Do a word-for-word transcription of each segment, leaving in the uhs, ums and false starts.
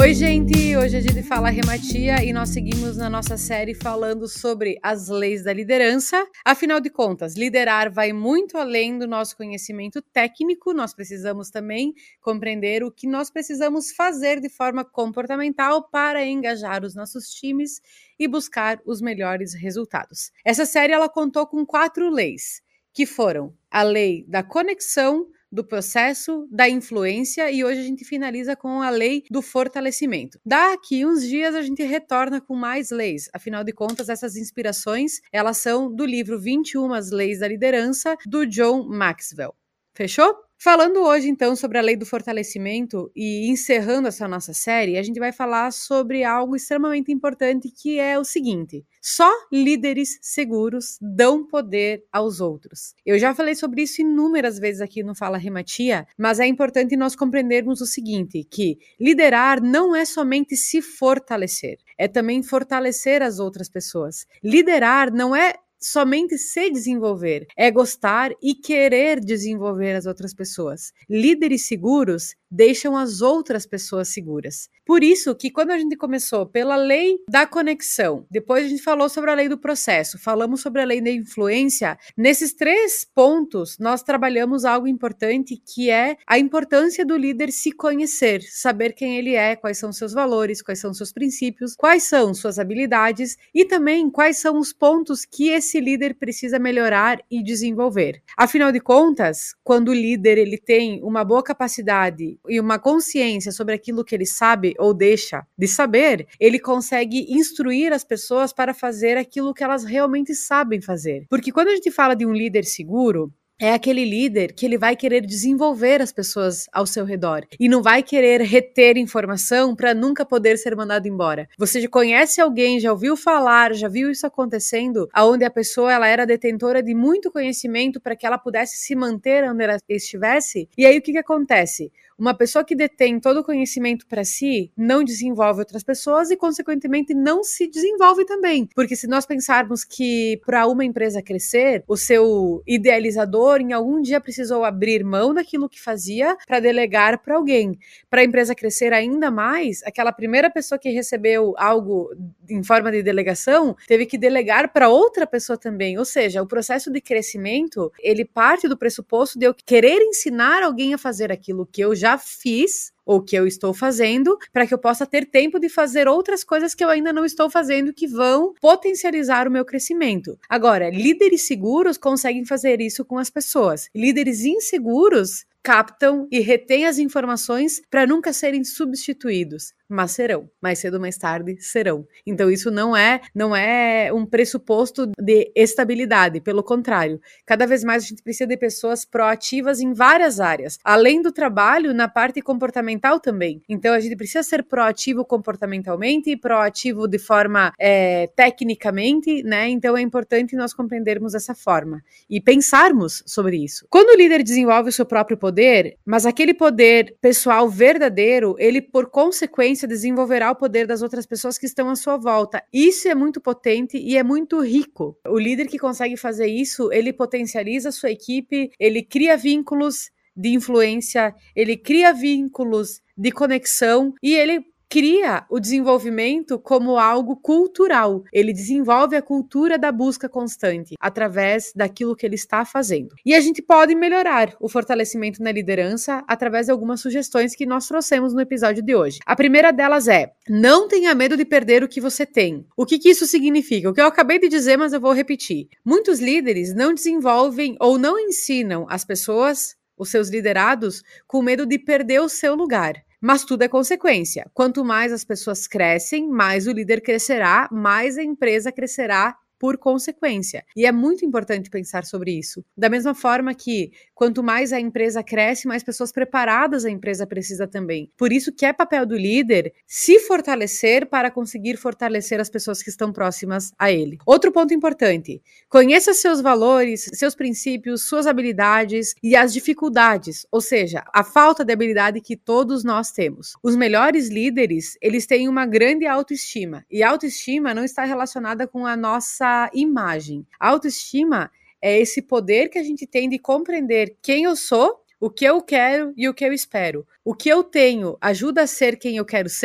Oi, gente! Hoje a gente fala Rematia e nós seguimos na nossa série falando sobre as leis da liderança. Afinal de contas, liderar vai muito além do nosso conhecimento técnico, nós precisamos também compreender o que nós precisamos fazer de forma comportamental para engajar os nossos times e buscar os melhores resultados. Essa série ela contou com quatro leis, que foram a lei da conexão, do processo, da influência e hoje a gente finaliza com a lei do fortalecimento. Daqui uns dias a gente retorna com mais leis, afinal de contas essas inspirações elas são do livro vinte e uma Leis da Liderança do John Maxwell. Fechou? Falando hoje, então, sobre a lei do fortalecimento e encerrando essa nossa série, a gente vai falar sobre algo extremamente importante, que é o seguinte: só líderes seguros dão poder aos outros. Eu já falei sobre isso inúmeras vezes aqui no Fala Rematia, mas é importante nós compreendermos o seguinte, que liderar não é somente se fortalecer, é também fortalecer as outras pessoas. Liderar não é somente se desenvolver, é gostar e querer desenvolver as outras pessoas. Líderes seguros deixam as outras pessoas seguras. Por isso que quando a gente começou pela lei da conexão, depois a gente falou sobre a lei do processo, falamos sobre a lei da influência, nesses três pontos nós trabalhamos algo importante, que é a importância do líder se conhecer, saber quem ele é, quais são seus valores, quais são seus princípios, quais são suas habilidades e também quais são os pontos que esse líder precisa melhorar e desenvolver. Afinal de contas, quando o líder ele tem uma boa capacidade e uma consciência sobre aquilo que ele sabe ou deixa de saber, ele consegue instruir as pessoas para fazer aquilo que elas realmente sabem fazer. Porque quando a gente fala de um líder seguro, é aquele líder que ele vai querer desenvolver as pessoas ao seu redor e não vai querer reter informação para nunca poder ser mandado embora. Você já conhece alguém, já ouviu falar, já viu isso acontecendo, onde a pessoa ela era detentora de muito conhecimento para que ela pudesse se manter onde ela estivesse? E aí o que que acontece? Uma pessoa que detém todo o conhecimento para si não desenvolve outras pessoas e, consequentemente, não se desenvolve também. Porque se nós pensarmos que para uma empresa crescer, o seu idealizador em algum dia precisou abrir mão daquilo que fazia para delegar para alguém. Para a empresa crescer ainda mais, aquela primeira pessoa que recebeu algo em forma de delegação teve que delegar para outra pessoa também. Ou seja, o processo de crescimento, ele parte do pressuposto de eu querer ensinar alguém a fazer aquilo que eu já já fiz ou que eu estou fazendo, para que eu possa ter tempo de fazer outras coisas que eu ainda não estou fazendo, que vão potencializar o meu crescimento. Agora, líderes seguros conseguem fazer isso com as pessoas. Líderes inseguros captam e retêm as informações para nunca serem substituídos, mas serão, mais cedo ou mais tarde serão. Então isso não é, não é um pressuposto de estabilidade, pelo contrário, cada vez mais a gente precisa de pessoas proativas em várias áreas, além do trabalho, na parte comportamental também. Então a gente precisa ser proativo comportamentalmente e proativo de forma é, tecnicamente, né? Então é importante nós compreendermos essa forma e pensarmos sobre isso. Quando o líder desenvolve o seu próprio poder, Poder, mas aquele poder pessoal verdadeiro, ele por consequência desenvolverá o poder das outras pessoas que estão à sua volta. Isso é muito potente e é muito rico. O líder que consegue fazer isso, ele potencializa a sua equipe, ele cria vínculos de influência, ele cria vínculos de conexão e ele cria o desenvolvimento como algo cultural. Ele desenvolve a cultura da busca constante através daquilo que ele está fazendo. E a gente pode melhorar o fortalecimento na liderança através de algumas sugestões que nós trouxemos no episódio de hoje. A primeira delas é: não tenha medo de perder o que você tem. O que que isso significa? O que eu acabei de dizer, mas eu vou repetir. Muitos líderes não desenvolvem ou não ensinam as pessoas, os seus liderados, com medo de perder o seu lugar. Mas tudo é consequência. Quanto mais as pessoas crescem, mais o líder crescerá, mais a empresa crescerá por consequência. E é muito importante pensar sobre isso. Da mesma forma que quanto mais a empresa cresce, mais pessoas preparadas a empresa precisa também. Por isso que é papel do líder se fortalecer para conseguir fortalecer as pessoas que estão próximas a ele. Outro ponto importante: conheça seus valores, seus princípios, suas habilidades e as dificuldades, ou seja, a falta de habilidade que todos nós temos. Os melhores líderes, eles têm uma grande autoestima, e a autoestima não está relacionada com a nossa imagem. A autoestima é esse poder que a gente tem de compreender quem eu sou, o que eu quero e o que eu espero. O que eu tenho ajuda a ser quem eu quero ser?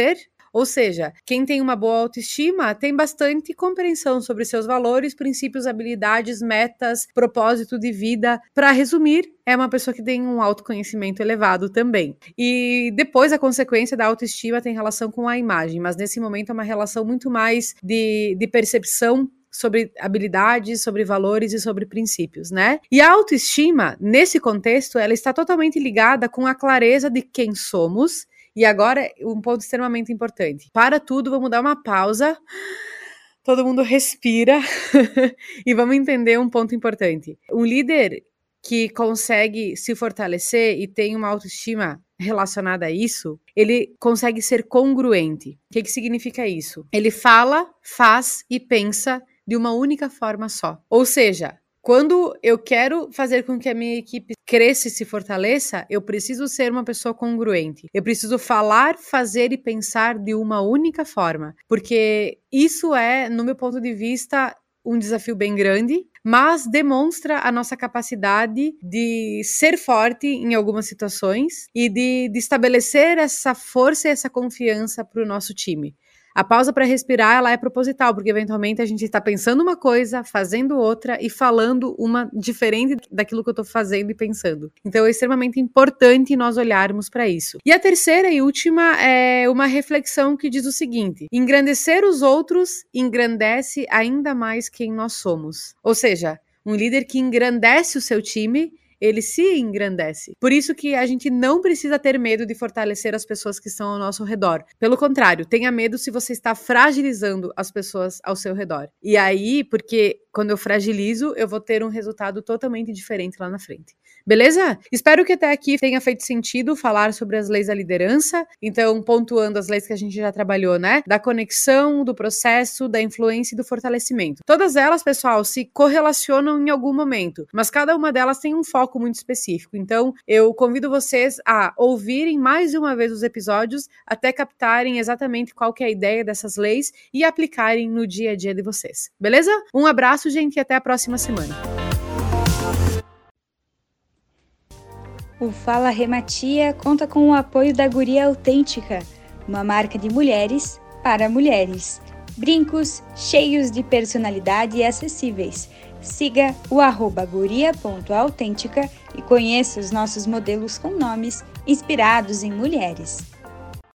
Ou seja, quem tem uma boa autoestima tem bastante compreensão sobre seus valores, princípios, habilidades, metas, propósito de vida. Para resumir, é uma pessoa que tem um autoconhecimento elevado também. E depois a consequência da autoestima tem relação com a imagem, mas nesse momento é uma relação muito mais de, de percepção sobre habilidades, sobre valores e sobre princípios, né? E a autoestima, nesse contexto, ela está totalmente ligada com a clareza de quem somos. E agora, um ponto extremamente importante. Para tudo, vamos dar uma pausa. Todo mundo respira e vamos entender um ponto importante. Um líder que consegue se fortalecer e tem uma autoestima relacionada a isso, ele consegue ser congruente. O que que significa isso? Ele fala, faz e pensa de uma única forma só. Ou seja, quando eu quero fazer com que a minha equipe cresça e se fortaleça, eu preciso ser uma pessoa congruente. Eu preciso falar, fazer e pensar de uma única forma. Porque isso é, no meu ponto de vista, um desafio bem grande, mas demonstra a nossa capacidade de ser forte em algumas situações e de, de estabelecer essa força e essa confiança para o nosso time. A pausa para respirar, ela é proposital, porque eventualmente a gente está pensando uma coisa, fazendo outra e falando uma diferente daquilo que eu estou fazendo e pensando. Então é extremamente importante nós olharmos para isso. E a terceira e última é uma reflexão que diz o seguinte: engrandecer os outros engrandece ainda mais quem nós somos. Ou seja, um líder que engrandece o seu time, ele se engrandece. Por isso que a gente não precisa ter medo de fortalecer as pessoas que estão ao nosso redor. Pelo contrário, tenha medo se você está fragilizando as pessoas ao seu redor. E aí, porque quando eu fragilizo, eu vou ter um resultado totalmente diferente lá na frente. Beleza? Espero que até aqui tenha feito sentido falar sobre as leis da liderança. Então, pontuando as leis que a gente já trabalhou, né? Da conexão, do processo, da influência e do fortalecimento. Todas elas, pessoal, se correlacionam em algum momento, mas cada uma delas tem um foco muito específico. Então, eu convido vocês a ouvirem mais de uma vez os episódios até captarem exatamente qual que é a ideia dessas leis e aplicarem no dia a dia de vocês. Beleza? Um abraço, gente, e até a próxima semana. O Fala Rematia conta com o apoio da Guria Autêntica, uma marca de mulheres para mulheres. Brincos cheios de personalidade e acessíveis. Siga o arroba guria ponto autêntica e conheça os nossos modelos com nomes inspirados em mulheres.